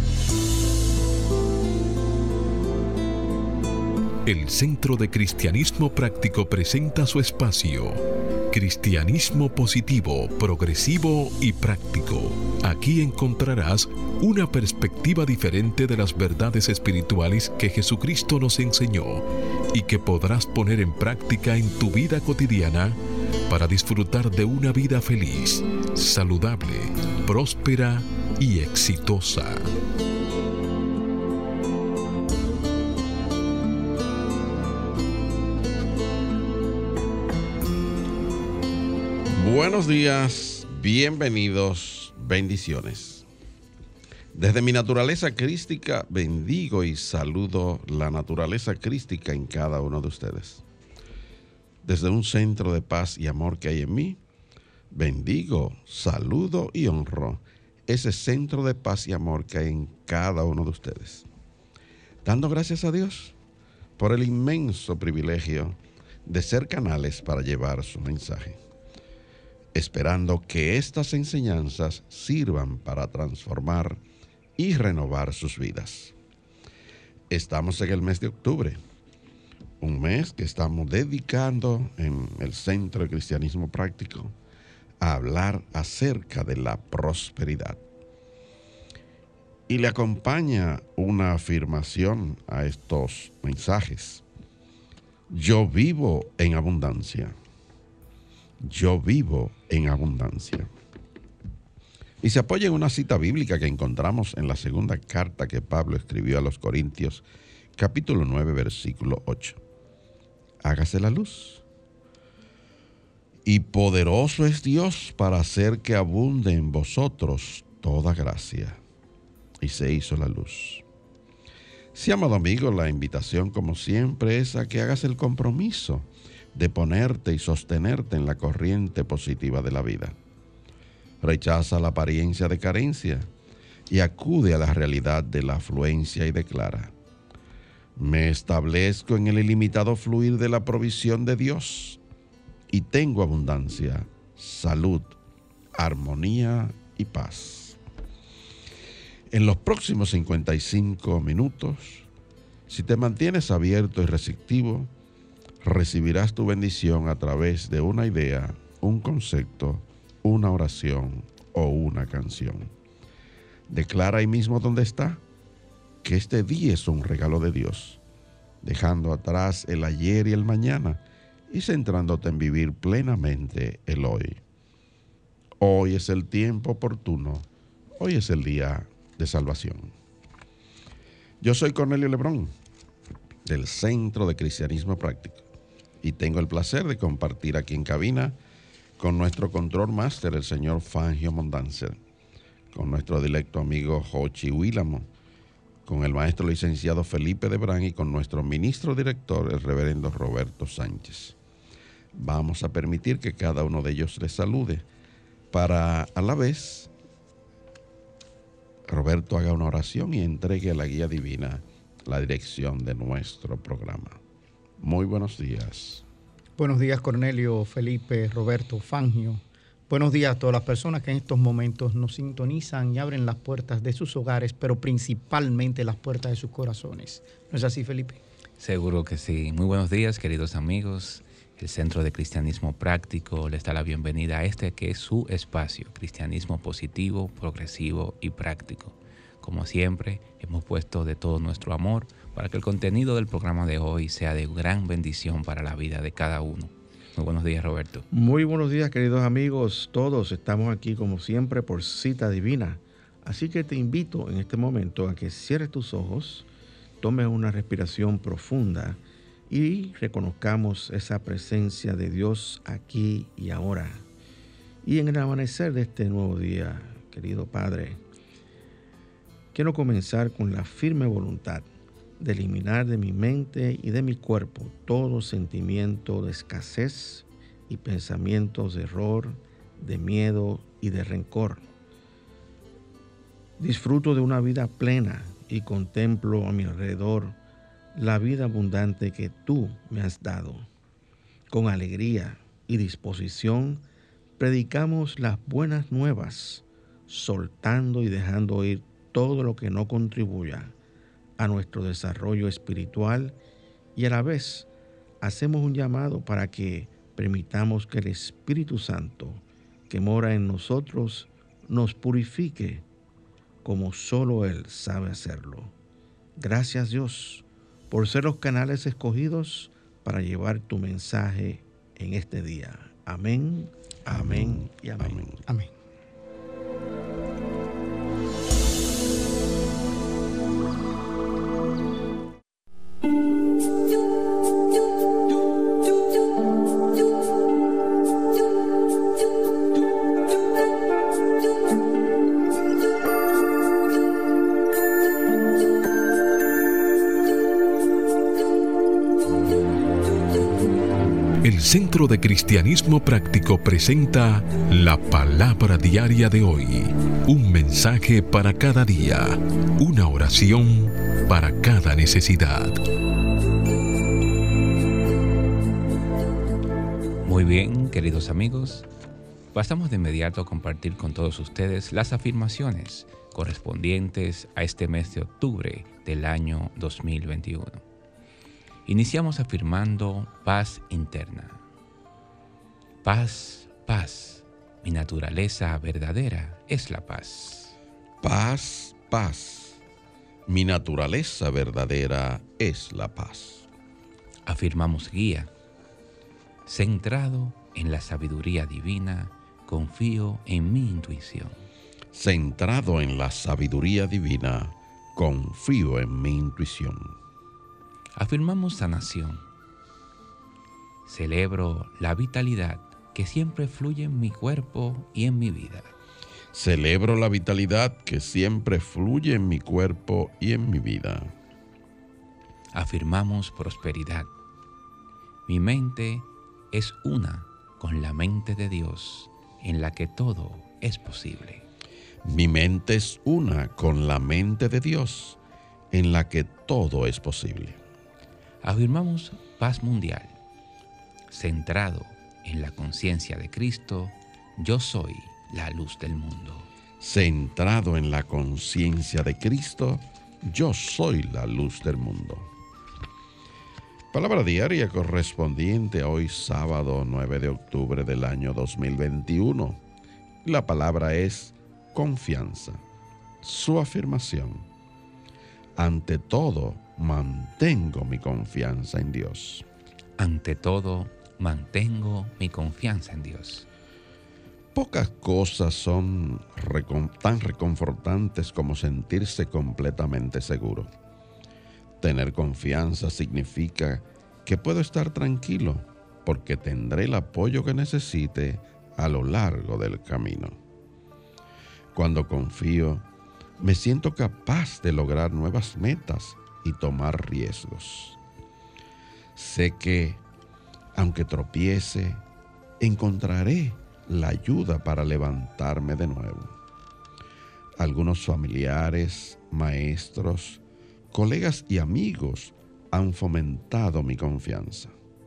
El Centro de Cristianismo Práctico presenta su espacio, Cristianismo Positivo, Progresivo y Práctico. Aquí encontrarás una perspectiva diferente de las verdades espirituales que Jesucristo nos enseñó y que podrás poner en práctica en tu vida cotidiana para disfrutar de una vida feliz, saludable, próspera y exitosa. Buenos días, bienvenidos, bendiciones. Desde mi naturaleza crística, bendigo y saludo la naturaleza crística en cada uno de ustedes. Desde un centro de paz y amor que hay en mí, bendigo, saludo y honro ese centro de paz y amor que hay en cada uno de ustedes. Dando gracias a Dios por el inmenso privilegio de ser canales para llevar su mensaje, esperando que estas enseñanzas sirvan para transformar y renovar sus vidas. Estamos en el mes de octubre, un mes que estamos dedicando en el Centro de Cristianismo Práctico a hablar acerca de la prosperidad. Y le acompaña una afirmación a estos mensajes: yo vivo en abundancia. Yo vivo en abundancia. Y se apoya en una cita bíblica que encontramos en la segunda carta que Pablo escribió a los Corintios, capítulo 9, versículo 8. Hágase la luz. Y poderoso es Dios para hacer que abunde en vosotros toda gracia. Y se hizo la luz. Sí, amado amigo, la invitación, como siempre, es a que hagas el compromiso de ponerte y sostenerte en la corriente positiva de la vida. Rechaza la apariencia de carencia y acude a la realidad de la afluencia y declara: me establezco en el ilimitado fluir de la provisión de Dios y tengo abundancia, salud, armonía y paz. En los próximos 55 minutos, si te mantienes abierto y receptivo, recibirás tu bendición a través de una idea, un concepto, una oración o una canción. Declara ahí mismo donde está que este día es un regalo de Dios, dejando atrás el ayer y el mañana y centrándote en vivir plenamente el hoy. Hoy es el tiempo oportuno, hoy es el día de salvación. Yo soy Cornelio Lebrón, del Centro de Cristianismo Práctico, y tengo el placer de compartir aquí en cabina con nuestro control máster, el señor Fangio Mondanzer, con nuestro directo amigo Jochi Willamo, con el maestro licenciado Felipe Debrán y con nuestro ministro director, el reverendo Roberto Sánchez. Vamos a permitir que cada uno de ellos les salude para, a la vez, Roberto haga una oración y entregue a la guía divina la dirección de nuestro programa. Muy buenos días. Buenos días, Cornelio, Felipe, Roberto, Fangio. Buenos días a todas las personas que en estos momentos nos sintonizan y abren las puertas de sus hogares, pero principalmente las puertas de sus corazones. ¿No es así, Felipe? Seguro que sí. Muy buenos días, queridos amigos. El Centro de Cristianismo Práctico les da la bienvenida a este que es su espacio, Cristianismo Positivo, Progresivo y Práctico. Como siempre, hemos puesto de todo nuestro amor para que el contenido del programa de hoy sea de gran bendición para la vida de cada uno. Muy buenos días, Roberto. Muy buenos días, queridos amigos. Todos estamos aquí, como siempre, por cita divina. Así que te invito en este momento a que cierres tus ojos, tomes una respiración profunda y reconozcamos esa presencia de Dios aquí y ahora. Y en el amanecer de este nuevo día, querido Padre, quiero comenzar con la firme voluntad de eliminar de mi mente y de mi cuerpo todo sentimiento de escasez y pensamientos de error, de miedo y de rencor. Disfruto de una vida plena y contemplo a mi alrededor la vida abundante que tú me has dado. Con alegría y disposición predicamos las buenas nuevas, soltando y dejando ir todo lo que no contribuya a nuestro desarrollo espiritual y a la vez hacemos un llamado para que permitamos que el Espíritu Santo que mora en nosotros nos purifique como solo Él sabe hacerlo. Gracias, Dios, por ser los canales escogidos para llevar tu mensaje en este día. Amén, amén y amén. Amén. El Centro de Cristianismo Práctico presenta la Palabra Diaria de hoy. Un mensaje para cada día. Una oración para cada necesidad. Muy bien, queridos amigos. Pasamos de inmediato a compartir con todos ustedes las afirmaciones correspondientes a este mes de octubre del año 2021. Iniciamos afirmando paz interna. Paz, paz. Mi naturaleza verdadera es la paz. Paz, paz. Mi naturaleza verdadera es la paz. Afirmamos guía. Centrado en la sabiduría divina, confío en mi intuición. Centrado en la sabiduría divina, confío en mi intuición. Afirmamos sanación. Celebro la vitalidad que siempre fluye en mi cuerpo y en mi vida. Celebro la vitalidad que siempre fluye en mi cuerpo y en mi vida. Afirmamos prosperidad. Mi mente es una con la mente de Dios, en la que todo es posible. Mi mente es una con la mente de Dios, en la que todo es posible. Afirmamos paz mundial. Centrado en la conciencia de Cristo, yo soy la luz del mundo. Centrado en la conciencia de Cristo, yo soy la luz del mundo. Palabra diaria correspondiente a hoy sábado 9 de octubre del año 2021. La palabra es confianza. Su afirmación: ante todo, mantengo mi confianza en Dios. Ante todo, mantengo mi confianza en Dios. Pocas cosas son tan reconfortantes como sentirse completamente seguro. Tener confianza significa que puedo estar tranquilo porque tendré el apoyo que necesite a lo largo del camino. Cuando confío, me siento capaz de lograr nuevas metas y tomar riesgos. Sé que, aunque tropiece, encontraré la ayuda para levantarme de nuevo. Algunos familiares, maestros, colegas y amigos han fomentado mi confianza.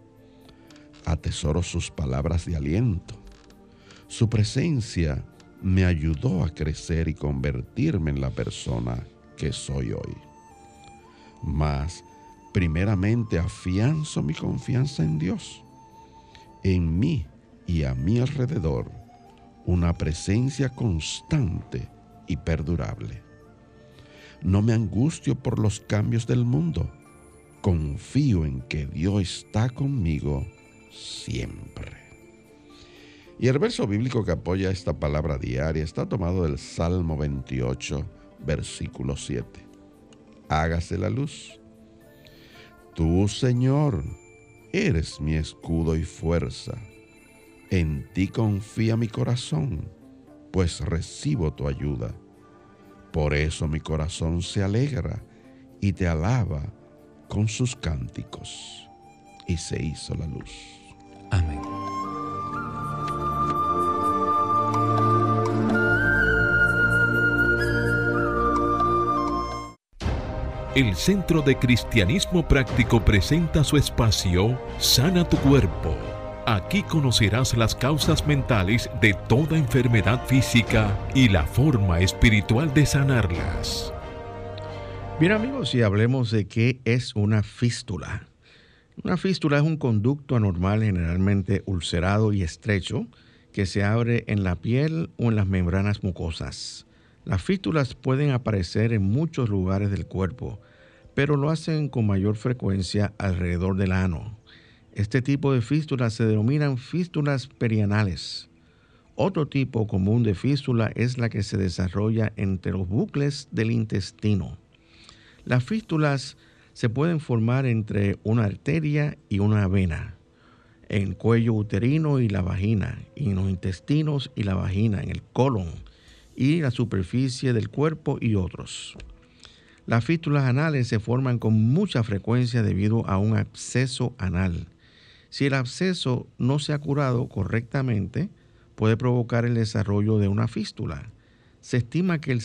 Atesoro sus palabras de aliento. Su presencia me ayudó a crecer y convertirme en la persona que soy hoy. Mas, primeramente afianzo mi confianza en Dios. En mí y a mi alrededor, una presencia constante y perdurable. No me angustio por los cambios del mundo. Confío en que Dios está conmigo siempre. Y el verso bíblico que apoya esta palabra diaria está tomado del Salmo 28, versículo 7. Hágase la luz. Tú, Señor, eres mi escudo y fuerza. En ti confía mi corazón, pues recibo tu ayuda. Por eso mi corazón se alegra y te alaba con sus cánticos. Y se hizo la luz. Amén. El Centro de Cristianismo Práctico presenta su espacio Sana tu Cuerpo. Aquí conocerás las causas mentales de toda enfermedad física y la forma espiritual de sanarlas. Bien amigos, y hablemos de qué es una fístula. Una fístula es un conducto anormal generalmente ulcerado y estrecho que se abre en la piel o en las membranas mucosas. Las fístulas pueden aparecer en muchos lugares del cuerpo, pero lo hacen con mayor frecuencia alrededor del ano. Este tipo de fístulas se denominan fístulas perianales. Otro tipo común de fístula es la que se desarrolla entre los bucles del intestino. Las fístulas se pueden formar entre una arteria y una vena, en el cuello uterino y la vagina, y en los intestinos y la vagina, en el colon y la superficie del cuerpo y otros. Las fístulas anales se forman con mucha frecuencia debido a un absceso anal. Si el absceso no se ha curado correctamente, puede provocar el desarrollo de una fístula. Se estima que el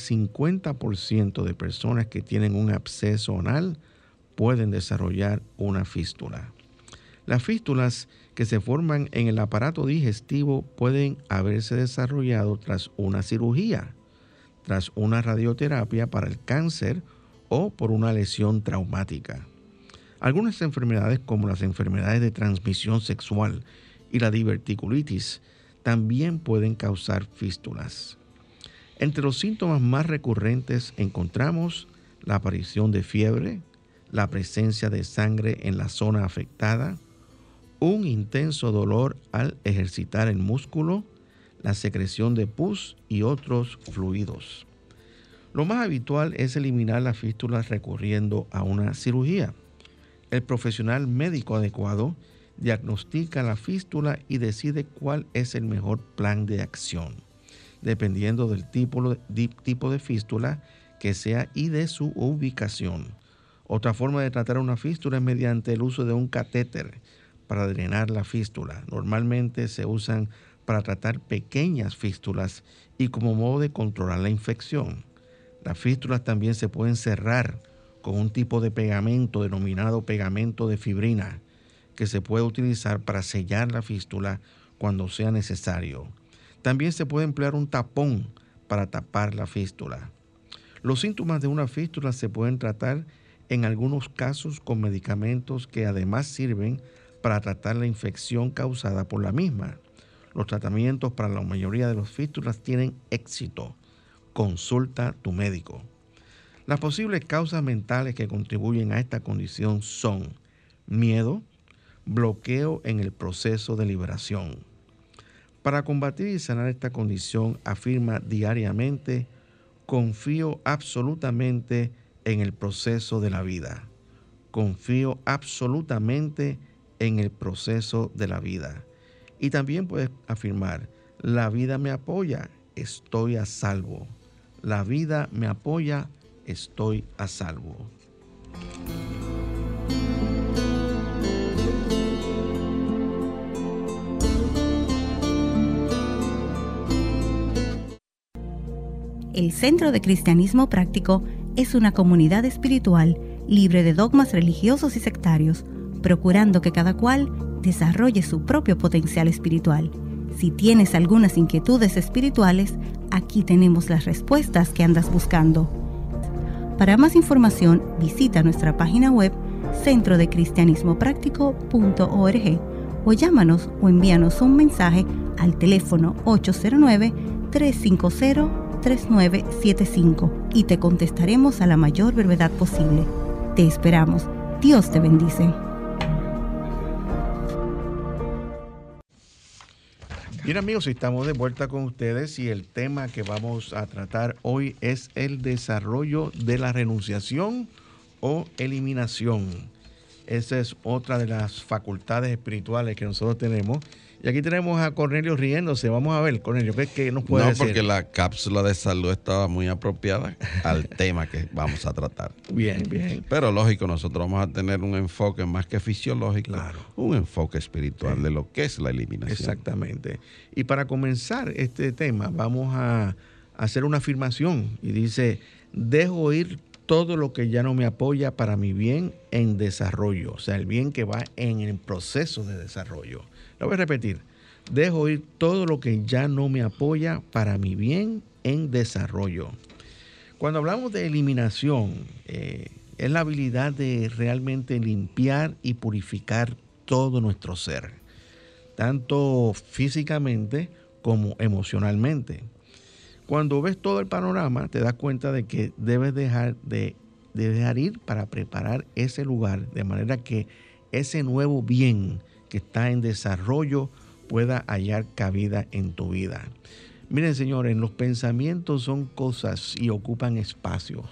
50% de personas que tienen un absceso anal pueden desarrollar una fístula. Las fístulas que se forman en el aparato digestivo pueden haberse desarrollado tras una cirugía, tras una radioterapia para el cáncer o por una lesión traumática. Algunas enfermedades, como las enfermedades de transmisión sexual y la diverticulitis, también pueden causar fístulas. Entre los síntomas más recurrentes encontramos la aparición de fiebre, la presencia de sangre en la zona afectada, un intenso dolor al ejercitar el músculo, la secreción de pus y otros fluidos. Lo más habitual es eliminar las fístulas recurriendo a una cirugía. El profesional médico adecuado diagnostica la fístula y decide cuál es el mejor plan de acción, dependiendo del tipo de fístula que sea y de su ubicación. Otra forma de tratar una fístula es mediante el uso de un catéter para drenar la fístula. Normalmente se usan para tratar pequeñas fístulas y como modo de controlar la infección. Las fístulas también se pueden cerrar con un tipo de pegamento denominado pegamento de fibrina, que se puede utilizar para sellar la fístula cuando sea necesario. También se puede emplear un tapón para tapar la fístula. Los síntomas de una fístula se pueden tratar en algunos casos con medicamentos que además sirven para tratar la infección causada por la misma. Los tratamientos para la mayoría de las fístulas tienen éxito. Consulta a tu médico. Las posibles causas mentales que contribuyen a esta condición son miedo, bloqueo en el proceso de liberación. Para combatir y sanar esta condición, afirma diariamente: confío absolutamente en el proceso de la vida. Confío absolutamente en el proceso de la vida. Y también puedes afirmar: la vida me apoya, estoy a salvo. La vida me apoya, estoy a salvo. El Centro de Cristianismo Práctico es una comunidad espiritual libre de dogmas religiosos y sectarios, procurando que cada cual desarrolle su propio potencial espiritual. Si tienes algunas inquietudes espirituales, aquí tenemos las respuestas que andas buscando. Para más información, visita nuestra página web centrodecristianismopráctico.org o llámanos o envíanos un mensaje al teléfono 809-350-3975 y te contestaremos a la mayor brevedad posible. Te esperamos. Dios te bendice. Bien amigos, estamos de vuelta con ustedes y el tema que vamos a tratar hoy es el desarrollo de la renunciación o eliminación. Esa es otra de las facultades espirituales que nosotros tenemos. Y aquí tenemos a Cornelio riéndose. Vamos a ver, Cornelio, ¿qué nos puede decir? No, porque la cápsula de salud estaba muy apropiada al tema que vamos a tratar. Bien, bien. Pero lógico, nosotros vamos a tener un enfoque más que fisiológico, Claro. un enfoque espiritual Sí. de lo que es la eliminación. Exactamente. Y para comenzar este tema, vamos a hacer una afirmación. Y dice: dejo ir todo lo que ya no me apoya para mi bien en desarrollo. O sea, el bien que va en el proceso de desarrollo. Lo voy a repetir. Dejo ir todo lo que ya no me apoya para mi bien en desarrollo. Cuando hablamos de eliminación, es la habilidad de realmente limpiar y purificar todo nuestro ser, tanto físicamente como emocionalmente. Cuando ves todo el panorama, te das cuenta de que debes dejar ir para preparar ese lugar de manera que ese nuevo bien que está en desarrollo pueda hallar cabida en tu vida. Miren, señores, los pensamientos son cosas y ocupan espacios,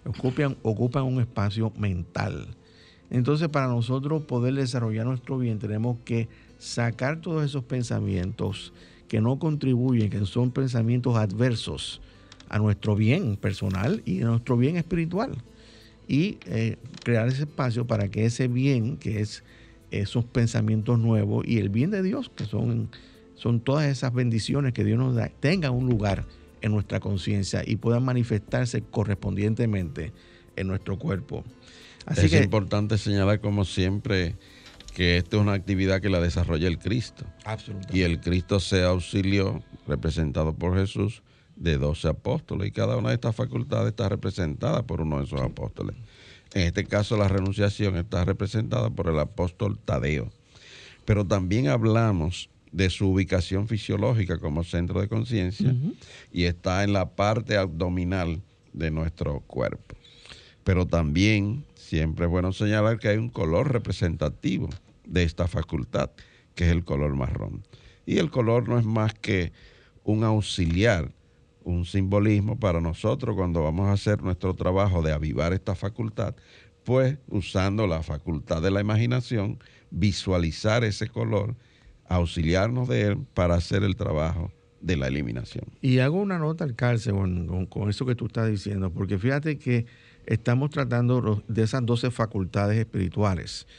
ocupan un espacio mental. Entonces, para nosotros poder desarrollar nuestro bien, tenemos que sacar todos esos pensamientos que no contribuyen, que son pensamientos adversos a nuestro bien personal y a nuestro bien espiritual. Y crear ese espacio para que ese bien, que es esos pensamientos nuevos, y el bien de Dios, que son todas esas bendiciones que Dios nos da, tengan un lugar en nuestra conciencia y puedan manifestarse correspondientemente en nuestro cuerpo. Es importante señalar, como siempre, que esta es una actividad que la desarrolla el Cristo. Absolutamente. Y el Cristo se auxilió, representado por Jesús, de 12 apóstoles. Y cada una de estas facultades está representada por uno de esos apóstoles. En este caso, la renunciación está representada por el apóstol Tadeo. Pero también hablamos de su ubicación fisiológica como centro de conciencia, y está en la parte abdominal de nuestro cuerpo. Pero también siempre es bueno señalar que hay un color representativo de esta facultad, que es el color marrón. Y el color no es más que un auxiliar, un simbolismo para nosotros cuando vamos a hacer nuestro trabajo de avivar esta facultad, pues usando la facultad de la imaginación, visualizar ese color, auxiliarnos de él para hacer el trabajo de la eliminación. Y hago una nota al calce con eso que tú estás diciendo, porque fíjate que estamos tratando de esas 12 facultades espirituales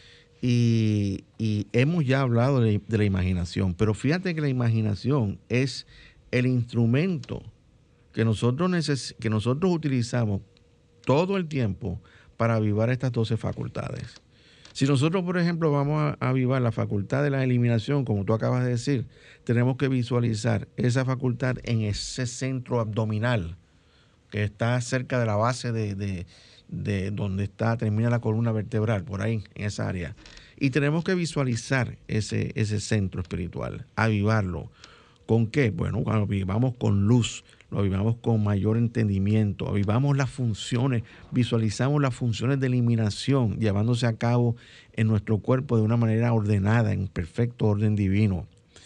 y hemos ya hablado de la imaginación, pero fíjate que la imaginación es el instrumento que nosotros utilizamos todo el tiempo para avivar estas 12 facultades. Si nosotros, por ejemplo, vamos a avivar la facultad de la eliminación, como tú acabas de decir, tenemos que visualizar esa facultad en ese centro abdominal que está cerca de la base de donde termina la columna vertebral, por ahí, en esa área. Y tenemos que visualizar ese centro espiritual, avivarlo. ¿Con qué? Bueno, cuando avivamos con luz, lo avivamos con mayor entendimiento, avivamos las funciones, visualizamos las funciones de eliminación llevándose a cabo en nuestro cuerpo de una manera ordenada, en perfecto orden divino.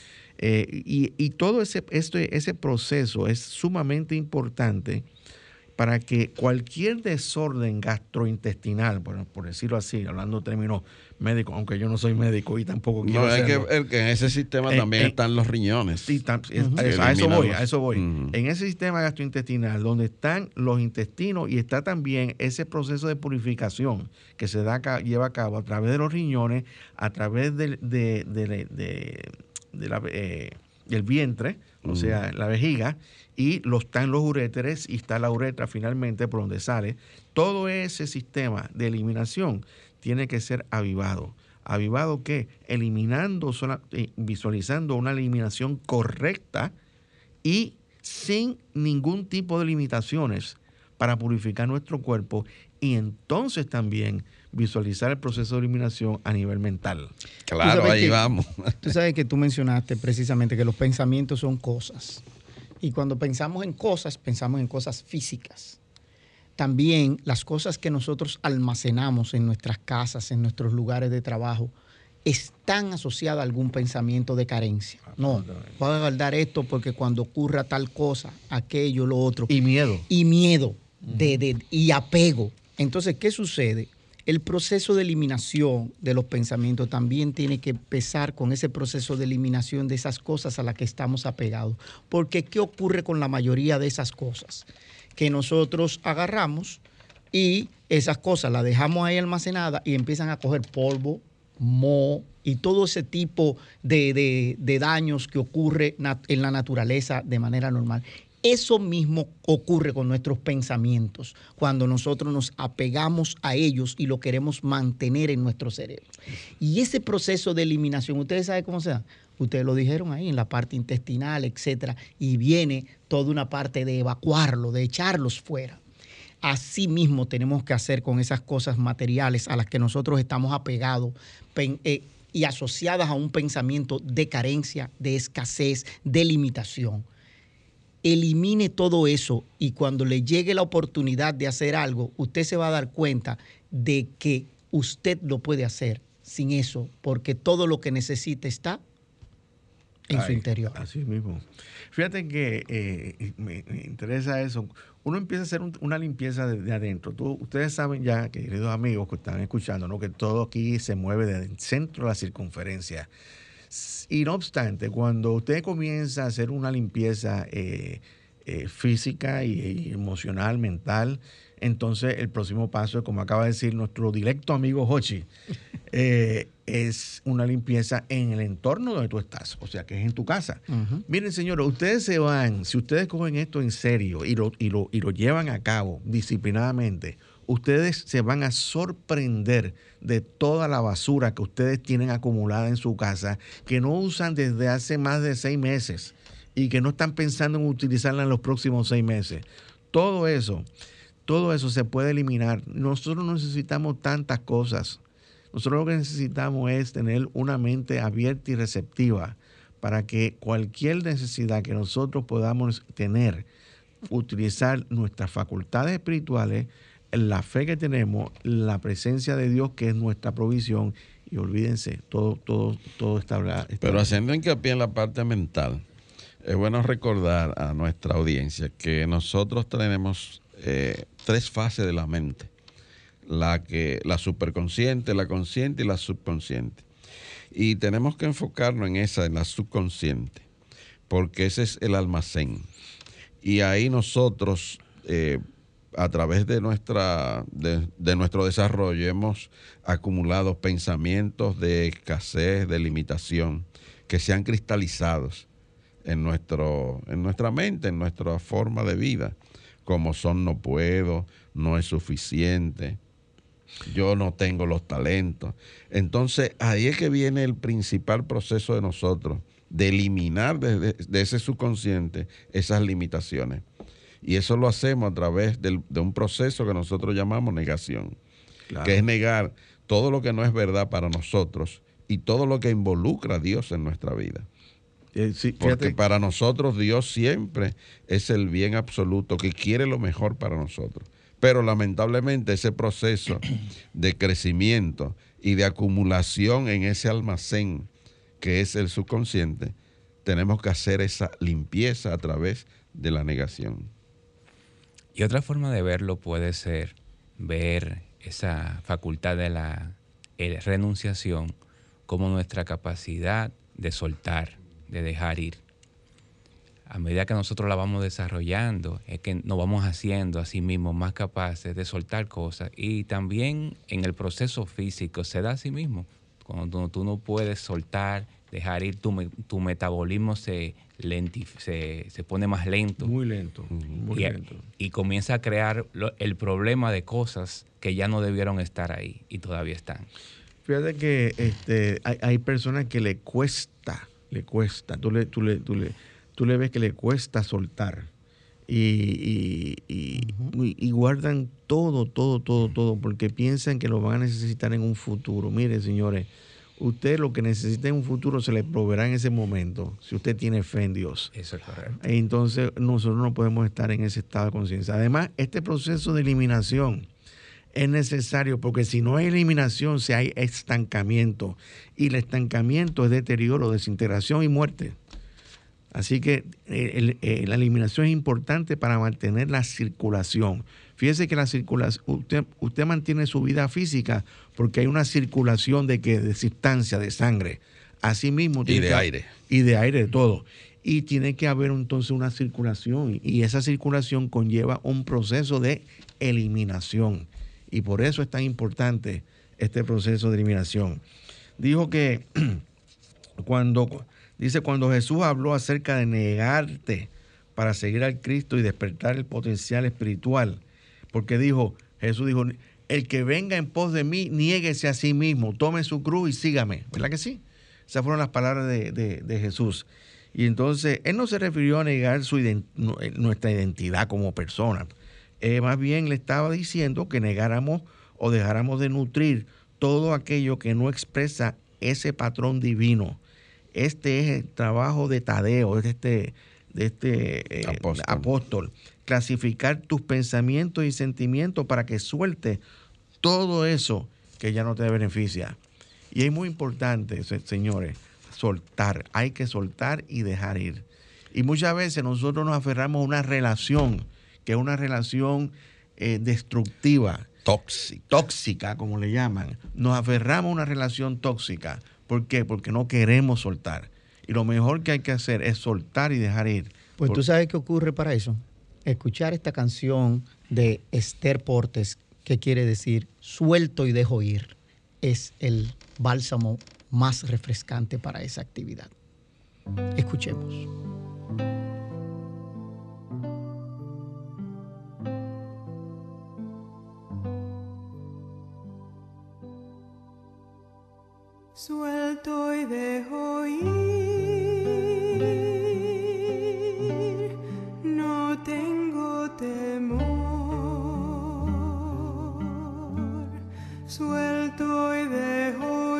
Y todo ese proceso es sumamente importante para que cualquier desorden gastrointestinal, por decirlo así, hablando de términos médicos, aunque yo no soy médico y tampoco quiero serlo. Es que en ese sistema también están los riñones. Sí, a eso voy. En ese sistema gastrointestinal, donde están los intestinos y está también ese proceso de purificación que se lleva a cabo a través de los riñones, a través del vientre, o sea, la vejiga, y están los uréteres y está la uretra finalmente por donde sale. Todo ese sistema de eliminación tiene que ser avivado. ¿Avivado qué? Visualizando una eliminación correcta y sin ningún tipo de limitaciones para purificar nuestro cuerpo, y entonces también visualizar el proceso de eliminación a nivel mental. Claro, ahí vamos. Tú sabes que tú mencionaste precisamente que los pensamientos son cosas. Y cuando pensamos en cosas físicas. También las cosas que nosotros almacenamos en nuestras casas, en nuestros lugares de trabajo, están asociadas a algún pensamiento de carencia. No, voy a guardar esto porque cuando ocurra tal cosa, aquello, lo otro. Y miedo. Y apego. Entonces, ¿qué sucede? El proceso de eliminación de los pensamientos también tiene que empezar con ese proceso de eliminación de esas cosas a las que estamos apegados. Porque ¿qué ocurre con la mayoría de esas cosas? Que nosotros agarramos y esas cosas las dejamos ahí almacenadas y empiezan a coger polvo, moho y todo ese tipo de daños que ocurre en la naturaleza de manera normal. Eso mismo ocurre con nuestros pensamientos cuando nosotros nos apegamos a ellos y lo queremos mantener en nuestro cerebro. Y ese proceso de eliminación, ¿ustedes saben cómo se da? Ustedes lo dijeron ahí, en la parte intestinal, etcétera, y viene toda una parte de evacuarlo, de echarlos fuera. Así mismo tenemos que hacer con esas cosas materiales a las que nosotros estamos apegados y asociadas a un pensamiento de carencia, de escasez, de limitación. Elimine todo eso y cuando le llegue la oportunidad de hacer algo, usted se va a dar cuenta de que usted lo puede hacer sin eso, porque todo lo que necesita está en su interior. Así mismo. Fíjate que me interesa eso. Uno empieza a hacer una limpieza de adentro. Ustedes saben ya, queridos amigos que están escuchando, ¿no?, que todo aquí se mueve desde el centro de la circunferencia. Y no obstante, cuando usted comienza a hacer una limpieza física y emocional, mental, entonces el próximo paso es, como acaba de decir nuestro directo amigo Jochi, es una limpieza en el entorno donde tú estás, o sea, que es en tu casa. Uh-huh. Miren, señores, ustedes se van, si ustedes cogen esto en serio y lo llevan a cabo disciplinadamente, ustedes se van a sorprender de toda la basura que ustedes tienen acumulada en su casa, que no usan desde hace más de 6 meses y que no están pensando en utilizarla en los próximos 6 meses. Todo eso se puede eliminar. Nosotros no necesitamos tantas cosas. Nosotros lo que necesitamos es tener una mente abierta y receptiva para que cualquier necesidad que nosotros podamos tener, utilizar nuestras facultades espirituales, la fe que tenemos, la presencia de Dios que es nuestra provisión, y olvídense, todo está. Pero haciendo hincapié en la parte mental, es bueno recordar a nuestra audiencia que nosotros tenemos 3 fases de la mente: la superconsciente, la consciente y la subconsciente. Y tenemos que enfocarnos en la subconsciente, porque ese es el almacén. Y ahí nosotros, a través de nuestro desarrollo, hemos acumulado pensamientos de escasez, de limitación, que se han cristalizado en nuestra mente, en nuestra forma de vida, como son: no puedo, no es suficiente, yo no tengo los talentos. Entonces, ahí es que viene el principal proceso de nosotros, de eliminar de ese subconsciente esas limitaciones. Y eso lo hacemos a través de un proceso que nosotros llamamos negación, claro, que es negar todo lo que no es verdad para nosotros y todo lo que involucra a Dios en nuestra vida. Sí, porque para nosotros Dios siempre es el bien absoluto, que quiere lo mejor para nosotros. Pero lamentablemente ese proceso de crecimiento y de acumulación en ese almacén que es el subconsciente, tenemos que hacer esa limpieza a través de la negación. Y otra forma de verlo puede ser ver esa facultad de la renunciación como nuestra capacidad de soltar, de dejar ir. A medida que nosotros la vamos desarrollando, es que nos vamos haciendo a sí mismos más capaces de soltar cosas. Y también en el proceso físico se da a sí mismo. Cuando tú no puedes soltar, dejar ir, tu metabolismo se pone más lento. Muy lento, muy lento. Y comienza a crear el problema de cosas que ya no debieron estar ahí y todavía están. Fíjate que hay personas que le cuesta. Tú le ves que le cuesta soltar y guardan todo porque piensan que lo van a necesitar en un futuro. Mire, señores, usted lo que necesita en un futuro se le proveerá en ese momento, si usted tiene fe en Dios. Eso es correcto. Entonces nosotros no podemos estar en ese estado de conciencia. Además, este proceso de eliminación es necesario, porque si no hay eliminación, si hay estancamiento, y el estancamiento es deterioro, desintegración y muerte. Así que la eliminación es importante para mantener la circulación. Fíjese que la circulación, usted mantiene su vida física porque hay una circulación de sustancia, de sangre. Asimismo, y de aire. Y de aire, de todo. Y tiene que haber entonces una circulación. Y esa circulación conlleva un proceso de eliminación. Y por eso es tan importante este proceso de eliminación. Dijo que cuando Jesús habló acerca de negarte para seguir al Cristo y despertar el potencial espiritual. Porque Jesús dijo, el que venga en pos de mí, niéguese a sí mismo, tome su cruz y sígame. ¿Verdad que sí? Esas fueron las palabras de Jesús. Y entonces, Él no se refirió a negar nuestra identidad como personas. Más bien le estaba diciendo que negáramos o dejáramos de nutrir todo aquello que no expresa ese patrón divino. Este es el trabajo de Tadeo, de este apóstol. Clasificar tus pensamientos y sentimientos para que sueltes todo eso que ya no te beneficia. Y es muy importante, señores, soltar. Hay que soltar y dejar ir. Y muchas veces nosotros nos aferramos a una relación, que es una relación destructiva. Tóxica, como le llaman. Nos aferramos a una relación tóxica. ¿Por qué? Porque no queremos soltar. Y lo mejor que hay que hacer es soltar y dejar ir. Pues tú sabes qué ocurre para eso. Escuchar esta canción de Esther Portes, que quiere decir suelto y dejo ir, es el bálsamo más refrescante para esa actividad. Escuchemos. Suelto y dejo ir, no tengo temor. Suelto y dejo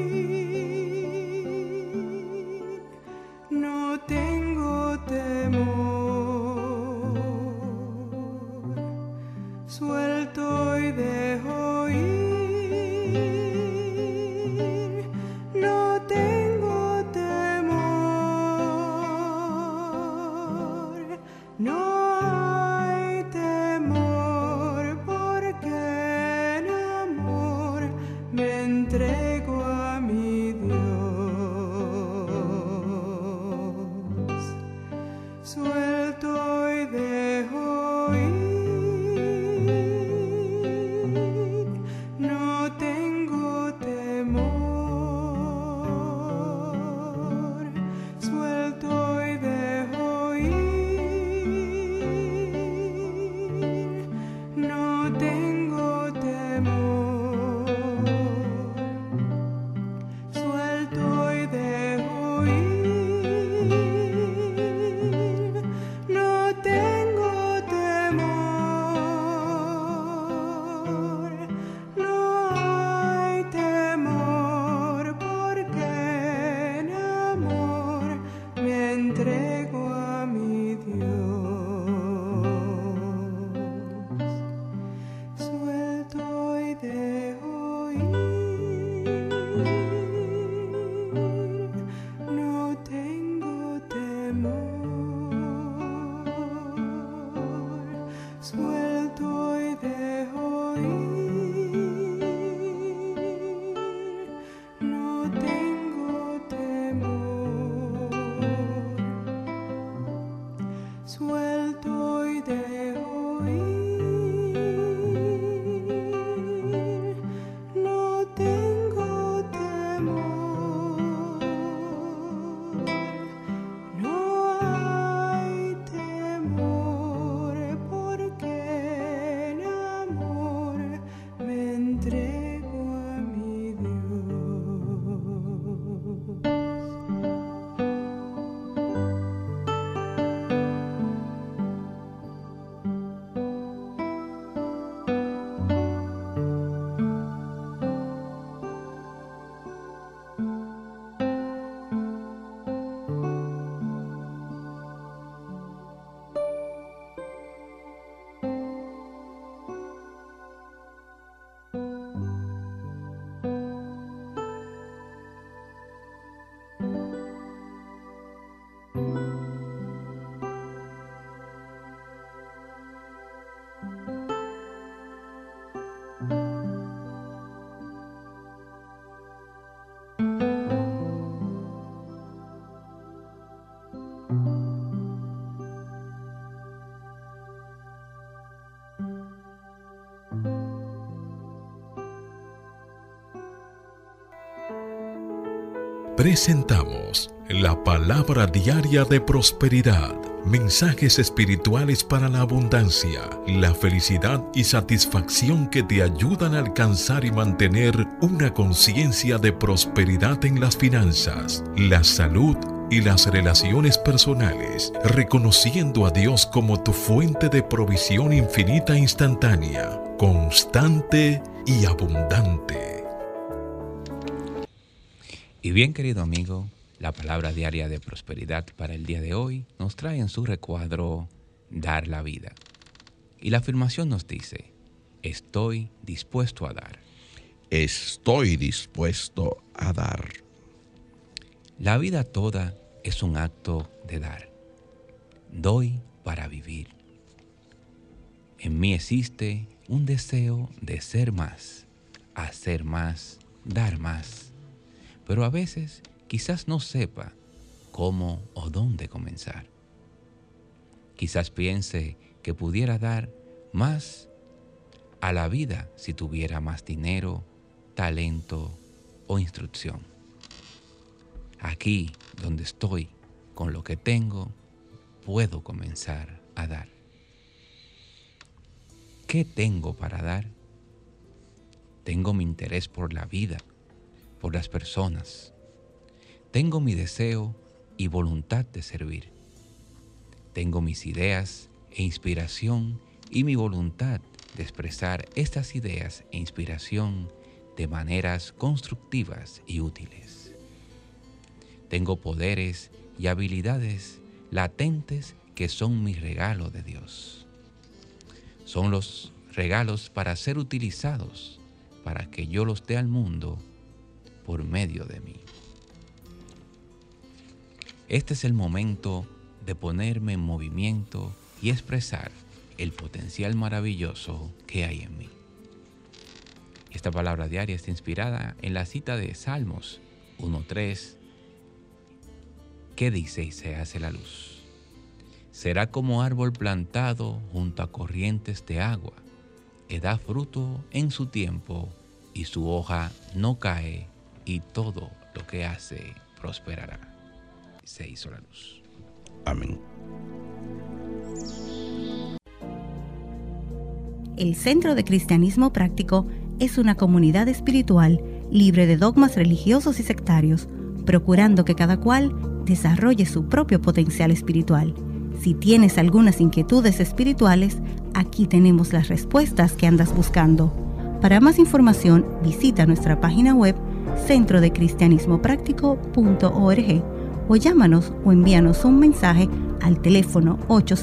ir, no tengo temor. Suelto y dejo ir. Presentamos la palabra diaria de prosperidad, mensajes espirituales para la abundancia, la felicidad y satisfacción que te ayudan a alcanzar y mantener una conciencia de prosperidad en las finanzas, la salud y las relaciones personales, reconociendo a Dios como tu fuente de provisión infinita e instantánea, constante y abundante. Y bien, querido amigo, la palabra diaria de prosperidad para el día de hoy nos trae en su recuadro dar la vida. Y la afirmación nos dice: estoy dispuesto a dar. Estoy dispuesto a dar. La vida toda es un acto de dar. Doy para vivir. En mí existe un deseo de ser más, hacer más, dar más. Pero a veces quizás no sepa cómo o dónde comenzar. Quizás piense que pudiera dar más a la vida si tuviera más dinero, talento o instrucción. Aquí donde estoy, con lo que tengo, puedo comenzar a dar. ¿Qué tengo para dar? Tengo mi interés por la vida, por las personas. Tengo mi deseo y voluntad de servir. Tengo mis ideas e inspiración y mi voluntad de expresar estas ideas e inspiración de maneras constructivas y útiles. Tengo poderes y habilidades latentes que son mi regalo de Dios. Son los regalos para ser utilizados para que yo los dé al mundo por medio de mí. Este es el momento de ponerme en movimiento y expresar el potencial maravilloso que hay en mí. Esta palabra diaria está inspirada en la cita de Salmos 1:3, que dice: y se hace la luz. Será como árbol plantado junto a corrientes de agua, que da fruto en su tiempo y su hoja no cae, y todo lo que hace prosperará. Se hizo la luz. Amén. El Centro de Cristianismo Práctico es una comunidad espiritual libre de dogmas religiosos y sectarios, procurando que cada cual desarrolle su propio potencial espiritual. Si tienes algunas inquietudes espirituales, aquí tenemos las respuestas que andas buscando. Para más información, visita nuestra página web centrodecristianismopráctico.org o llámanos o envíanos un mensaje al teléfono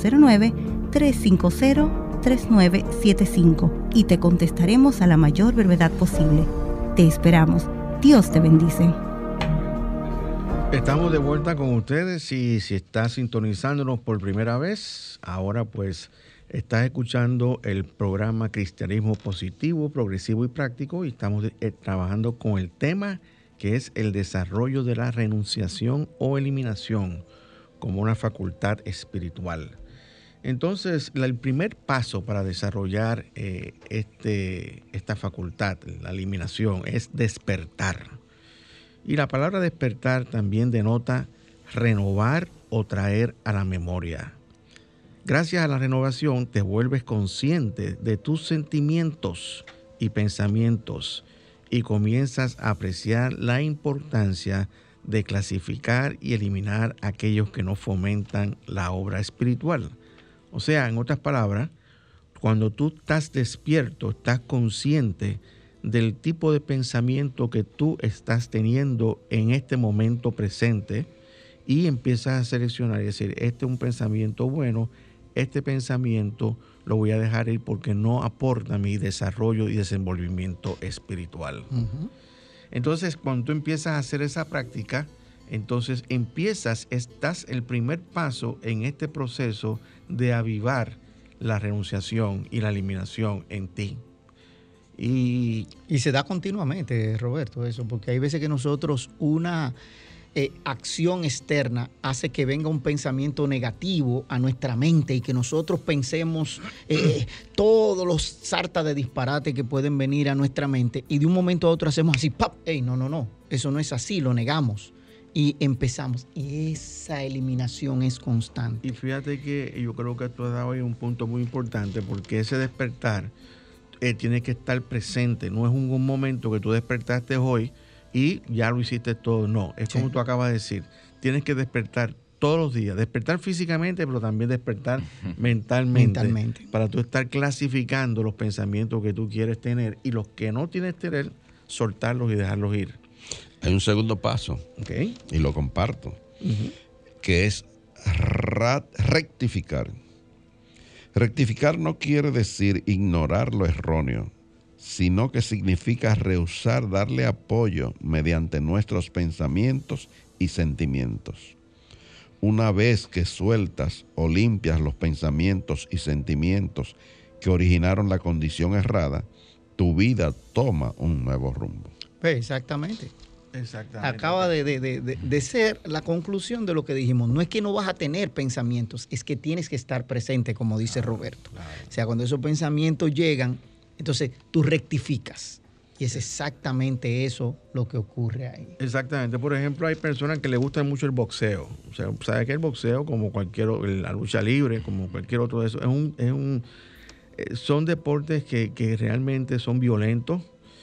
809-350-3975 y te contestaremos a la mayor brevedad posible. Te esperamos. Dios te bendice. Estamos de vuelta con ustedes y si estás sintonizándonos por primera vez, ahora pues estás escuchando el programa Cristianismo Positivo, Progresivo y Práctico y estamos trabajando con el tema que es el desarrollo de la renunciación o eliminación como una facultad espiritual. Entonces, el primer paso para desarrollar esta facultad, la eliminación, es despertar. Y la palabra despertar también denota renovar o traer a la memoria. Gracias a la renovación te vuelves consciente de tus sentimientos y pensamientos y comienzas a apreciar la importancia de clasificar y eliminar aquellos que no fomentan la obra espiritual. O sea, en otras palabras, cuando tú estás despierto, estás consciente del tipo de pensamiento que tú estás teniendo en este momento presente y empiezas a seleccionar y decir, este es un pensamiento bueno, este pensamiento lo voy a dejar ir porque no aporta a mi desarrollo y desenvolvimiento espiritual. Uh-huh. Entonces, cuando tú empiezas a hacer esa práctica, entonces estás el primer paso en este proceso de avivar la renunciación y la eliminación en ti. Y se da continuamente, Roberto, eso, porque hay veces que nosotros una acción externa hace que venga un pensamiento negativo a nuestra mente y que nosotros pensemos todos los sartas de disparate que pueden venir a nuestra mente y de un momento a otro hacemos así, ¡pap! ¡Ey, no! Eso no es así, lo negamos. y empezamos. Y esa eliminación es constante. Y fíjate que yo creo que tú has dado ahí un punto muy importante, porque ese despertar tiene que estar presente. No es un momento que tú despertaste hoy y ya lo hiciste todo. No, es como tú acabas de decir. Tienes que despertar todos los días. Despertar físicamente, pero también despertar mentalmente. Para tú estar clasificando los pensamientos que tú quieres tener y los que no tienes que tener, soltarlos y dejarlos ir. Hay un segundo paso, y lo comparto, que es rectificar. Rectificar no quiere decir ignorar lo erróneo, sino que significa rehusar darle apoyo mediante nuestros pensamientos y sentimientos. Una vez que sueltas o limpias los pensamientos y sentimientos que originaron la condición errada, tu vida toma un nuevo rumbo. Exactamente. Acaba de ser la conclusión de lo que dijimos. No es que no vas a tener pensamientos, es que tienes que estar presente, como dice Roberto. Claro. O sea, cuando esos pensamientos llegan, entonces tú rectificas. Y es exactamente eso lo que ocurre ahí. Exactamente. Por ejemplo, hay personas que les gusta mucho el boxeo. O sea, ¿sabes que el boxeo, como la lucha libre, como cualquier otro de esos, son deportes que realmente son violentos?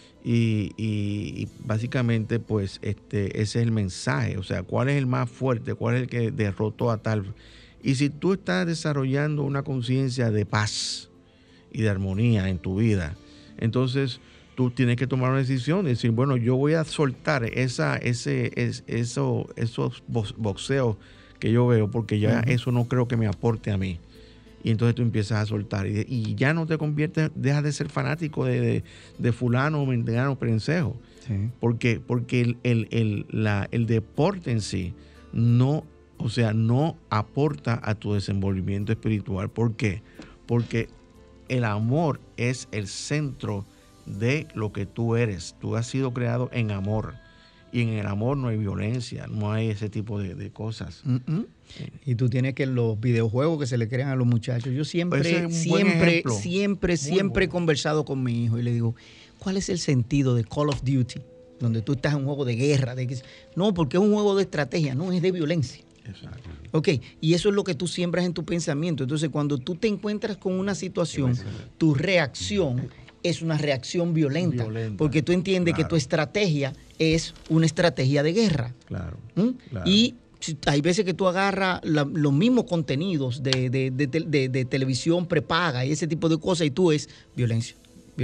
Y básicamente, pues, ese es el mensaje. O sea, ¿cuál es el más fuerte? ¿Cuál es el que derrotó a tal? Y si tú estás desarrollando una conciencia de paz y de armonía en tu vida, entonces tú tienes que tomar una decisión y decir, bueno, yo voy a soltar esos boxeos que yo veo, porque ya eso no creo que me aporte a mí. Y entonces tú empiezas a soltar y ya no te conviertes, dejas de ser fanático de fulano, mengano, perencejo. Sí. Porque el deporte en sí no aporta a tu desenvolvimiento espiritual. ¿Por qué? Porque el amor es el centro de lo que tú eres. Tú has sido creado en amor. Y en el amor no hay violencia, no hay ese tipo de cosas. Y tú tienes que los videojuegos que se le crean a los muchachos. Yo siempre he conversado con mi hijo y le digo, ¿cuál es el sentido de Call of Duty? Donde tú estás en un juego de guerra. No, porque es un juego de estrategia, no es de violencia. Exacto. Ok, y eso es lo que tú siembras en tu pensamiento. Entonces, cuando tú te encuentras con una situación, tu reacción es una reacción violenta. Porque tú entiendes que tu estrategia es una estrategia de guerra. Claro. Y hay veces que tú agarras los mismos contenidos de televisión prepaga y ese tipo de cosas y tú es violencia.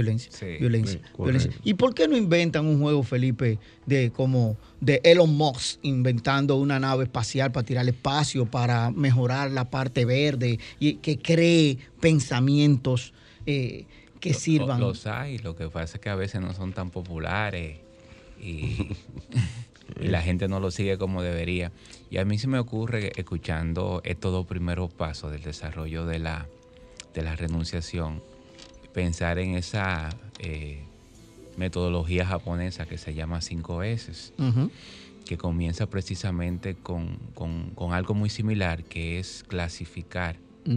¿Y por qué no inventan un juego, Felipe, de Elon Musk inventando una nave espacial para tirar al espacio, para mejorar la parte verde y que cree pensamientos que sirvan? Los hay, lo que pasa es que a veces no son tan populares y la gente no lo sigue como debería. Y a mí se me ocurre, escuchando estos dos primeros pasos del desarrollo de la renunciación, pensar en esa metodología japonesa que se llama 5S, que comienza precisamente con algo muy similar, que es clasificar.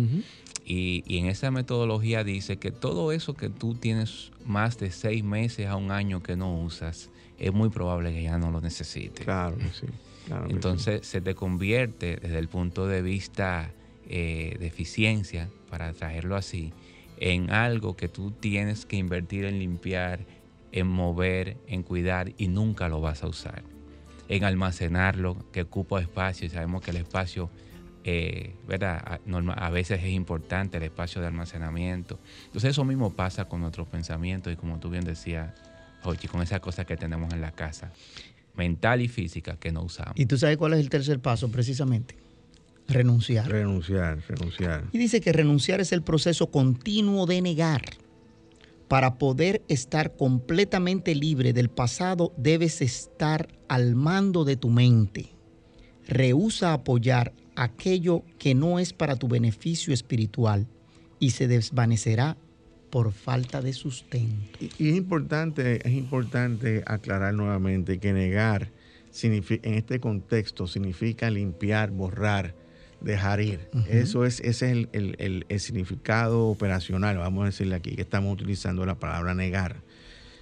Y en esa metodología dice que todo eso que tú tienes más de 6 meses a un año que no usas, es muy probable que ya no lo necesites. Claro que sí. Entonces se te convierte desde el punto de vista de eficiencia, para traerlo así, en algo que tú tienes que invertir en limpiar, en mover, en cuidar y nunca lo vas a usar. En almacenarlo, que ocupa espacio, y sabemos que el espacio, ¿verdad? A veces es importante el espacio de almacenamiento. Entonces eso mismo pasa con nuestros pensamientos y, como tú bien decías, Jochi, con esas cosas que tenemos en la casa, mental y física, que no usamos. ¿Y tú sabes cuál es el tercer paso precisamente? Renunciar. Renunciar. Y dice que renunciar es el proceso continuo de negar. Para poder estar completamente libre del pasado, debes estar al mando de tu mente. Rehúsa apoyar aquello que no es para tu beneficio espiritual y se desvanecerá por falta de sustento. Y es importante aclarar nuevamente que negar en este contexto significa limpiar, borrar, dejar ir. Ese es el significado operacional, vamos a decirle aquí, que estamos utilizando la palabra negar.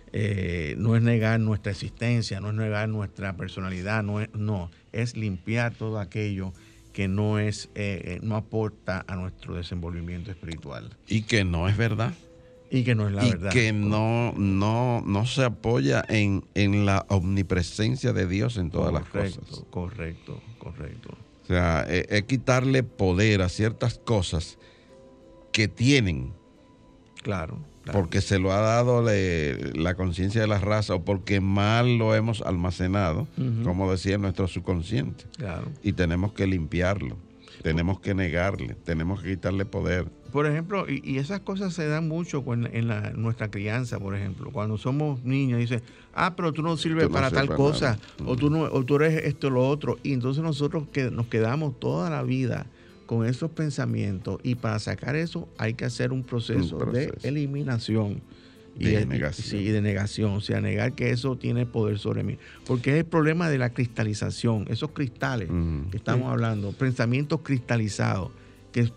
no es negar nuestra existencia, no es negar nuestra personalidad, es limpiar todo aquello que no aporta a nuestro desenvolvimiento espiritual. Y que no es verdad. Y que no es la verdad. Y que no se apoya en la omnipresencia de Dios en todas las cosas. Correcto. O sea, es quitarle poder a ciertas cosas que tienen. Claro. Porque se lo ha dado la conciencia de la raza o porque mal lo hemos almacenado, como decía nuestro subconsciente. Claro. Y tenemos que limpiarlo, tenemos que negarle, tenemos que quitarle poder. Por ejemplo, y esas cosas se dan mucho en nuestra crianza, por ejemplo. Cuando somos niños, dicen, pero tú no sirves para tal cosa, o tú eres esto o lo otro. Y entonces nosotros nos quedamos toda la vida con esos pensamientos, y para sacar eso hay que hacer un proceso de eliminación y de negación, o sea, negar que eso tiene poder sobre mí, porque es el problema de la cristalización, esos cristales que estamos hablando, pensamientos cristalizados que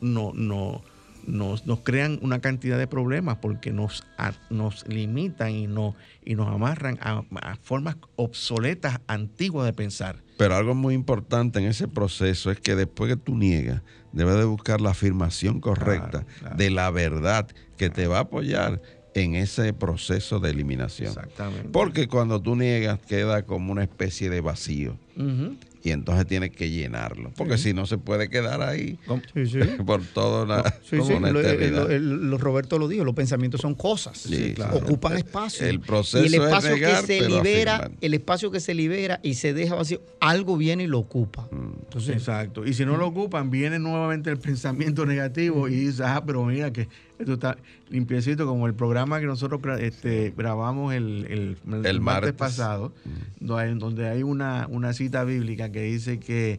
nos crean una cantidad de problemas porque nos limitan y nos amarran a formas obsoletas, antiguas de pensar. Pero algo muy importante en ese proceso es que después que tú niegas, debes de buscar la afirmación correcta de la verdad que te va a apoyar en ese proceso de eliminación. Exactamente. Porque cuando tú niegas queda como una especie de vacío. Y entonces tienes que llenarlo. Porque si no se puede quedar ahí por toda una eternidad. Roberto lo dijo, los pensamientos son cosas. Ocupan espacio. El proceso y el espacio es negar, que se libera, el espacio que se libera y se deja vacío, algo viene y lo ocupa. Entonces, exacto. Y si no lo ocupan, viene nuevamente el pensamiento negativo y dice, pero mira que esto está limpiecito, como el programa que nosotros grabamos el martes pasado, donde hay una cita bíblica que dice que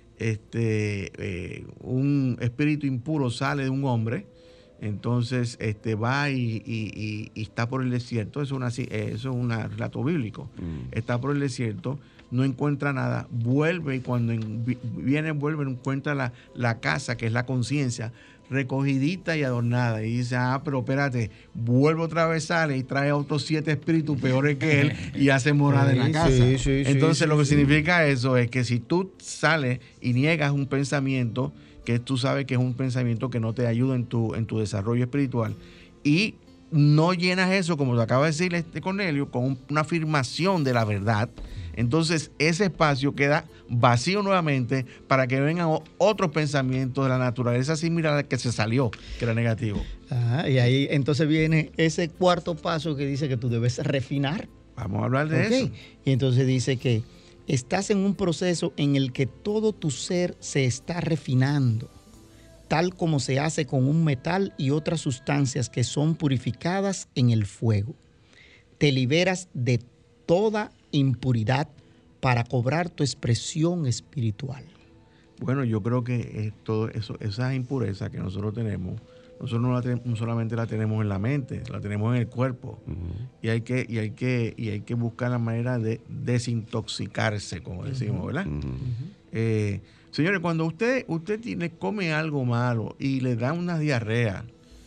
un espíritu impuro sale de un hombre, entonces va y está por el desierto. Eso es un relato bíblico. Está por el desierto, no encuentra nada, vuelve, y cuando encuentra la casa, que es la conciencia, recogidita y adornada, y dice, pero espérate, vuelve otra vez, sale y trae a otros 7 espíritus peores que él y hace morada en la casa. Entonces lo que significa eso es que si tú sales y niegas un pensamiento que tú sabes que es un pensamiento que no te ayuda en tu desarrollo espiritual, y no llenas eso, como te acaba de decir Cornelio, con una afirmación de la verdad, entonces ese espacio queda vacío nuevamente para que vengan otros pensamientos de la naturaleza similar al que se salió, que era negativo. Y ahí entonces viene ese cuarto paso que dice que tú debes refinar. Vamos a hablar de eso. Y entonces dice que estás en un proceso en el que todo tu ser se está refinando, tal como se hace con un metal y otras sustancias que son purificadas en el fuego. Te liberas de toda impuridad para cobrar tu expresión espiritual. Bueno, yo creo que todo eso, esa impureza que nosotros tenemos, nosotros no solamente la tenemos en la mente, la tenemos en el cuerpo. Y hay que buscar la manera de desintoxicarse, como decimos, ¿verdad? Señores, cuando usted come algo malo y le da una diarrea,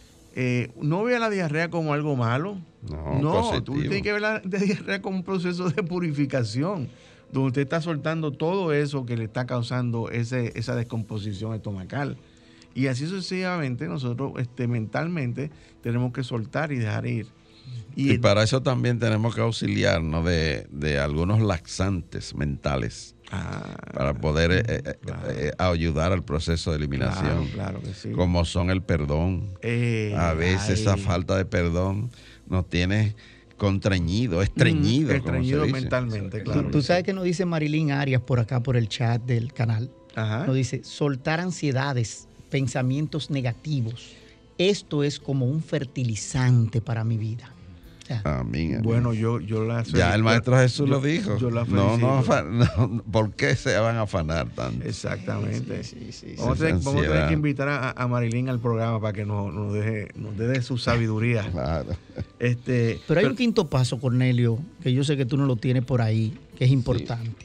no vea la diarrea como algo malo. No, usted tiene que ver la diarrea como un proceso de purificación, donde usted está soltando todo eso que le está causando esa descomposición estomacal. Y así sucesivamente nosotros mentalmente tenemos que soltar y dejar ir. Y para eso también tenemos que auxiliarnos de algunos laxantes mentales. Para poder ayudar al proceso de eliminación. Claro que sí. Como son el perdón. A veces esa falta de perdón nos tiene estreñido mentalmente, claro. Tú sabes que nos dice Marilyn Arias por acá, por el chat del canal. Nos dice, soltar ansiedades, pensamientos negativos. Esto es como un fertilizante para mi vida. Amén. Bueno, yo la felicito. Ya el Maestro Jesús lo dijo. Yo la felicito. No, ¿por qué se van a afanar tanto? Exactamente. Vamos a tener que invitar a Marilyn al programa para que nos dé su sabiduría. Claro. Pero hay un quinto paso, Cornelio, que yo sé que tú no lo tienes por ahí, que es importante.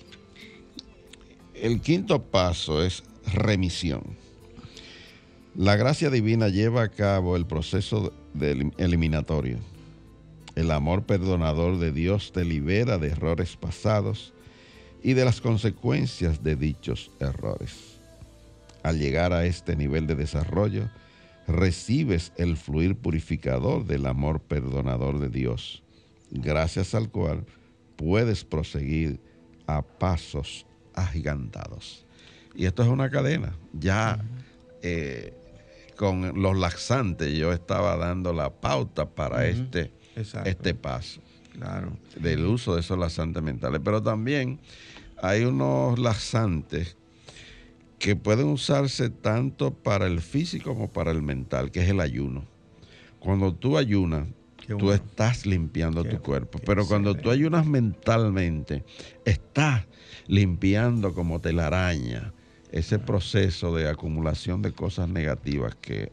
El quinto paso es remisión. La gracia divina lleva a cabo el proceso eliminatorio. El amor perdonador de Dios te libera de errores pasados y de las consecuencias de dichos errores. Al llegar a este nivel de desarrollo, recibes el fluir purificador del amor perdonador de Dios, gracias al cual puedes proseguir a pasos agigantados. Y esto es una cadena. Ya con los laxantes yo estaba dando la pauta para este paso. Claro. Del uso de esos laxantes mentales. Pero también hay unos laxantes que pueden usarse tanto para el físico como para el mental, que es el ayuno. Cuando tú ayunas, tú estás limpiando tu cuerpo. Pero cuando tú ayunas mentalmente, estás limpiando como telaraña ese proceso de acumulación de cosas negativas que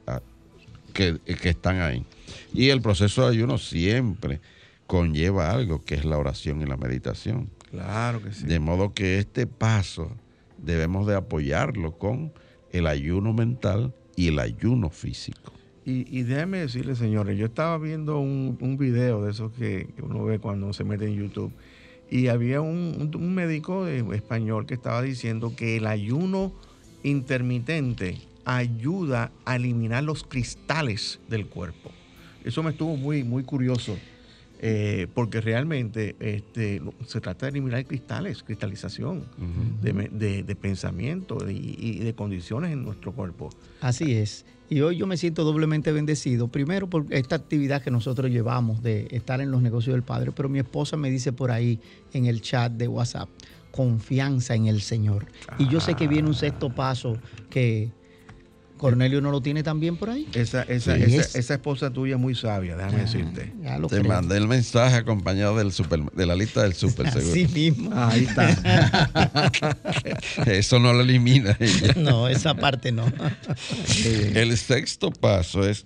están ahí. Y el proceso de ayuno siempre conlleva algo, que es la oración y la meditación. Claro que sí. De modo que este paso debemos de apoyarlo con el ayuno mental y el ayuno físico. Y déjenme decirles, señores, yo estaba viendo un video de esos que uno ve cuando se mete en YouTube, y había un médico español que estaba diciendo que el ayuno intermitente ayuda a eliminar los cristales del cuerpo. Eso me estuvo muy, muy curioso, porque realmente se trata de eliminar cristales, cristalización de pensamiento y de condiciones en nuestro cuerpo. Así es. Y hoy yo me siento doblemente bendecido, primero por esta actividad que nosotros llevamos de estar en los negocios del Padre, pero mi esposa me dice por ahí en el chat de WhatsApp, confianza en el Señor. Y yo sé que viene un sexto paso que Cornelio no lo tiene también por ahí. Esa esposa tuya es muy sabia, déjame decirte. Te mandé el mensaje acompañado de la lista del súper, seguro. Así mismo. Ahí está. Eso no lo elimina ella. No, esa parte no. El sexto paso es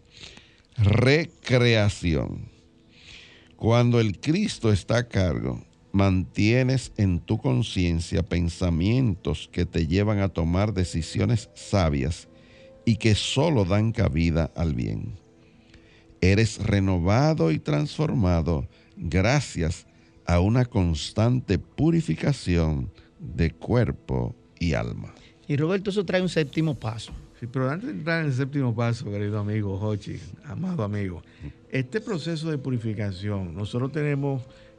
recreación. Cuando el Cristo está a cargo, mantienes en tu conciencia pensamientos que te llevan a tomar decisiones sabias y que solo dan cabida al bien. Eres renovado y transformado gracias a una constante purificación de cuerpo y alma. Y Roberto, eso trae un séptimo paso. Sí, pero antes de entrar en el séptimo paso, querido amigo Jochi, amado amigo, este proceso de purificación, nosotros tenemos,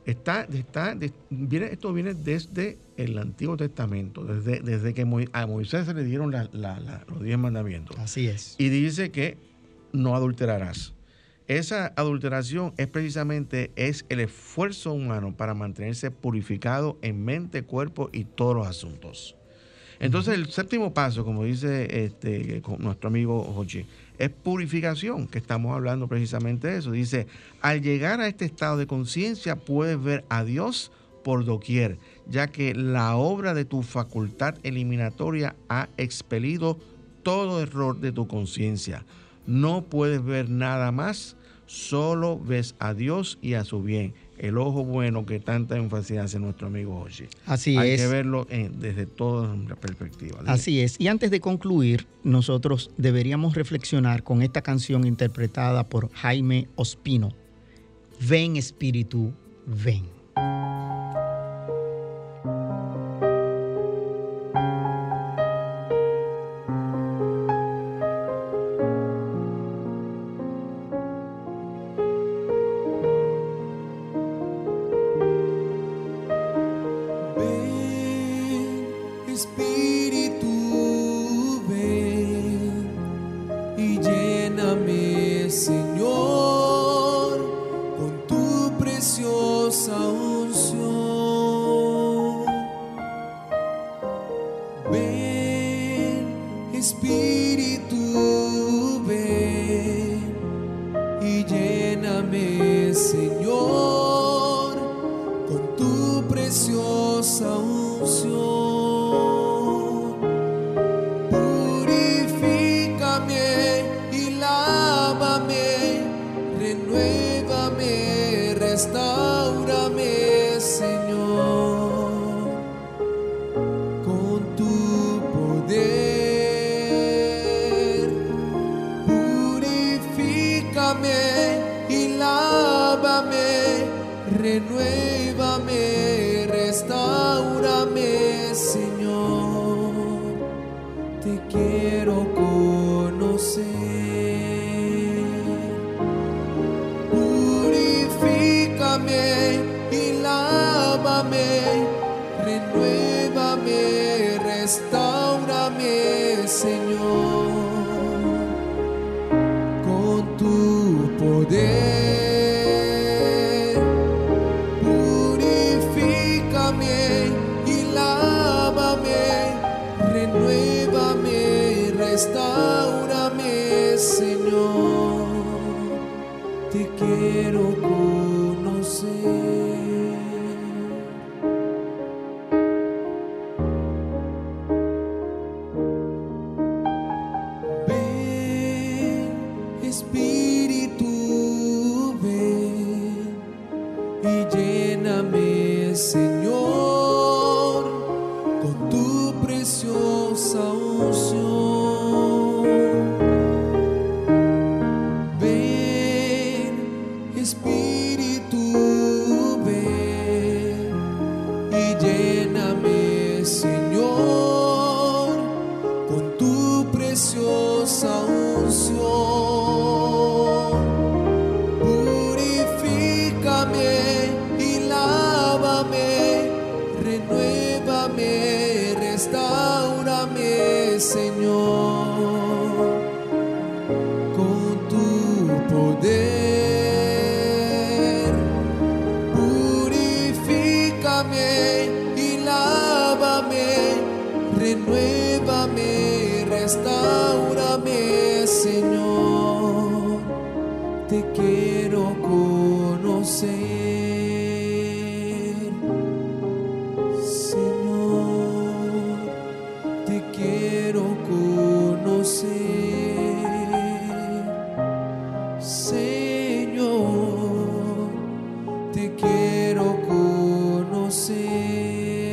esto viene desde el Antiguo Testamento, desde que a Moisés se le dieron los 10 mandamientos. Así es. Y dice que no adulterarás. Esa adulteración es precisamente el esfuerzo humano para mantenerse purificado en mente, cuerpo y todos los asuntos. Entonces, el séptimo paso, como dice nuestro amigo Jochi, es purificación, que estamos hablando precisamente de eso. Dice, al llegar a este estado de conciencia puedes ver a Dios por doquier, ya que la obra de tu facultad eliminatoria ha expelido todo error de tu conciencia. No puedes ver nada más, solo ves a Dios y a su bien. El ojo bueno que tanta énfasis hace nuestro amigo Jochi. Así es. Hay que verlo desde todas las perspectivas. Así es. Y antes de concluir, nosotros deberíamos reflexionar con esta canción interpretada por Jaime Ospino. Ven, Espíritu, ven. Espíritu, ven y lléname, Señor, con tu preciosa unción. Ven, Espíritu, ven y lléname, Señor, con tu preciosa unción. Restáurame, Señor, con tu poder. Purifícame y lávame, renuévame, restáurame, Señor, te quiero conocer. Purifícame y lávame, renuévame, restáurame, Señor, con tu poder. Purifícame y lávame, renuévame, restáurame, Señor, te quiero conocer. Espíritu, ven y lléname, Señor, con tu preciosa unción. Ven, Espíritu, ven y lléname, Señor, con tu preciosa unción. Señor, con tu poder. Purifícame y lávame, renuévame, restáurame, Señor, te quiero conocer. Señor, te quiero conocer.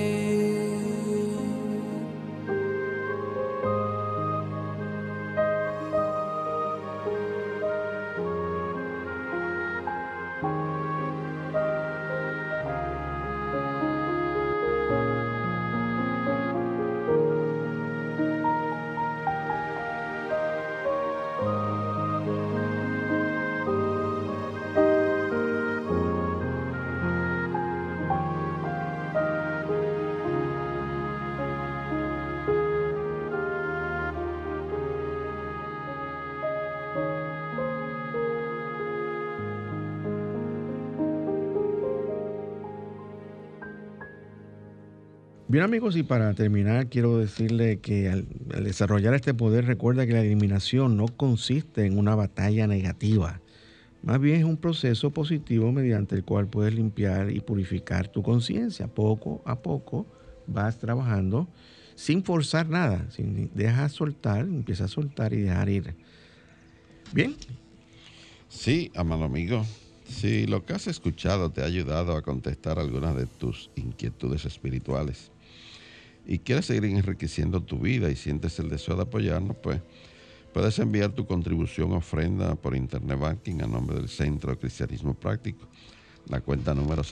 Bien, amigos, y para terminar quiero decirle que al desarrollar este poder, recuerda que la eliminación no consiste en una batalla negativa, más bien es un proceso positivo mediante el cual puedes limpiar y purificar tu conciencia. Poco a poco vas trabajando sin forzar nada, dejas soltar, empiezas a soltar y dejar ir. Bien. Sí, amado amigo, si lo que has escuchado te ha ayudado a contestar algunas de tus inquietudes espirituales y quieres seguir enriqueciendo tu vida y sientes el deseo de apoyarnos, pues puedes enviar tu contribución o ofrenda por Internet Banking a nombre del Centro de Cristianismo Práctico, la cuenta número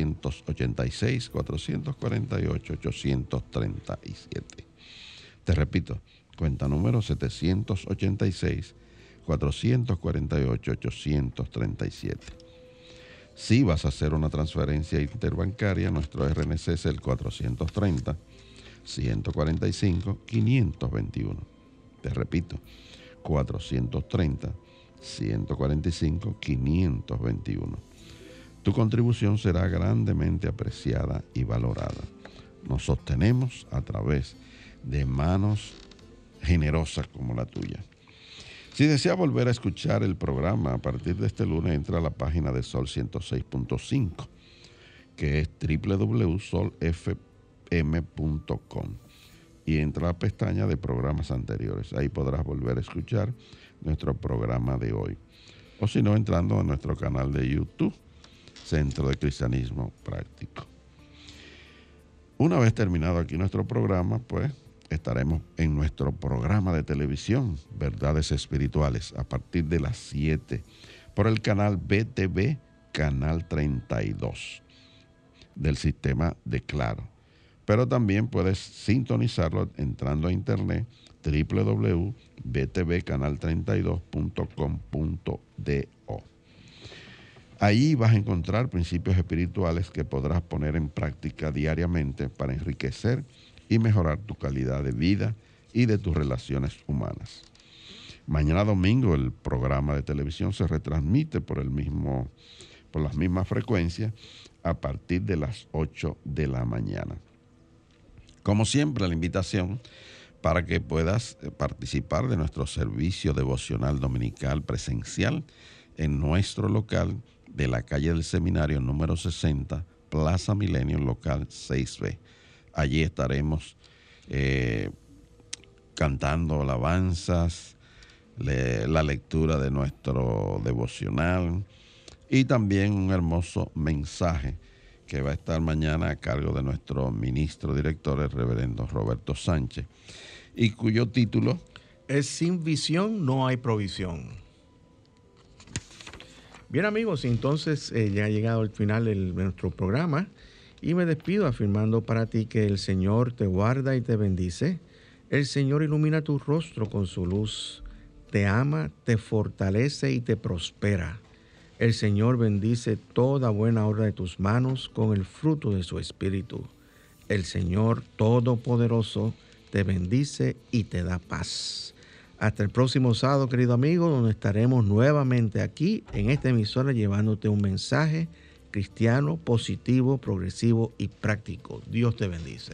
786-448-837. Te repito, cuenta número 786-448-837. Si vas a hacer una transferencia interbancaria, nuestro RNC es el 430-145-521. Te repito, 430-145-521. Tu contribución será grandemente apreciada y valorada. Nos sostenemos a través de manos generosas como la tuya. Si desea volver a escuchar el programa, a partir de este lunes entra a la página de Sol 106.5, que es www.solfm.com, y entra a la pestaña de programas anteriores. Ahí podrás volver a escuchar nuestro programa de hoy. O si no, entrando a nuestro canal de YouTube, Centro de Cristianismo Práctico. Una vez terminado aquí nuestro programa, pues estaremos en nuestro programa de televisión, Verdades Espirituales, a partir de las 7, por el canal BTV Canal 32 del sistema de Claro. Pero también puedes sintonizarlo entrando a internet www.btvcanal32.com.do. Ahí vas a encontrar principios espirituales que podrás poner en práctica diariamente para enriquecer y mejorar tu calidad de vida y de tus relaciones humanas. Mañana domingo el programa de televisión se retransmite por las mismas frecuencias a partir de las 8 de la mañana. Como siempre, la invitación para que puedas participar de nuestro servicio devocional dominical presencial en nuestro local de la calle del Seminario número 60, Plaza Milenio, local 6B. Allí estaremos cantando alabanzas, la lectura de nuestro devocional y también un hermoso mensaje que va a estar mañana a cargo de nuestro ministro director, el reverendo Roberto Sánchez, y cuyo título es Sin visión no hay provisión. Bien, amigos, entonces ya ha llegado el final de nuestro programa y me despido afirmando para ti que el Señor te guarda y te bendice. El Señor ilumina tu rostro con su luz, te ama, te fortalece y te prospera. El Señor bendice toda buena obra de tus manos con el fruto de su Espíritu. El Señor Todopoderoso te bendice y te da paz. Hasta el próximo sábado, querido amigo, donde estaremos nuevamente aquí en esta emisora llevándote un mensaje cristiano, positivo, progresivo y práctico. Dios te bendice.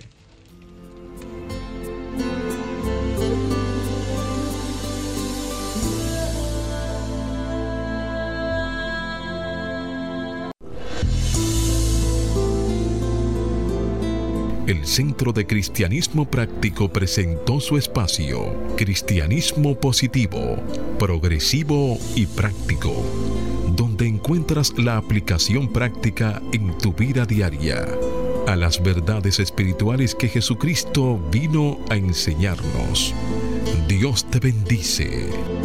El Centro de Cristianismo Práctico presentó su espacio Cristianismo Positivo, Progresivo y Práctico, donde encuentras la aplicación práctica en tu vida diaria a las verdades espirituales que Jesucristo vino a enseñarnos. Dios te bendice.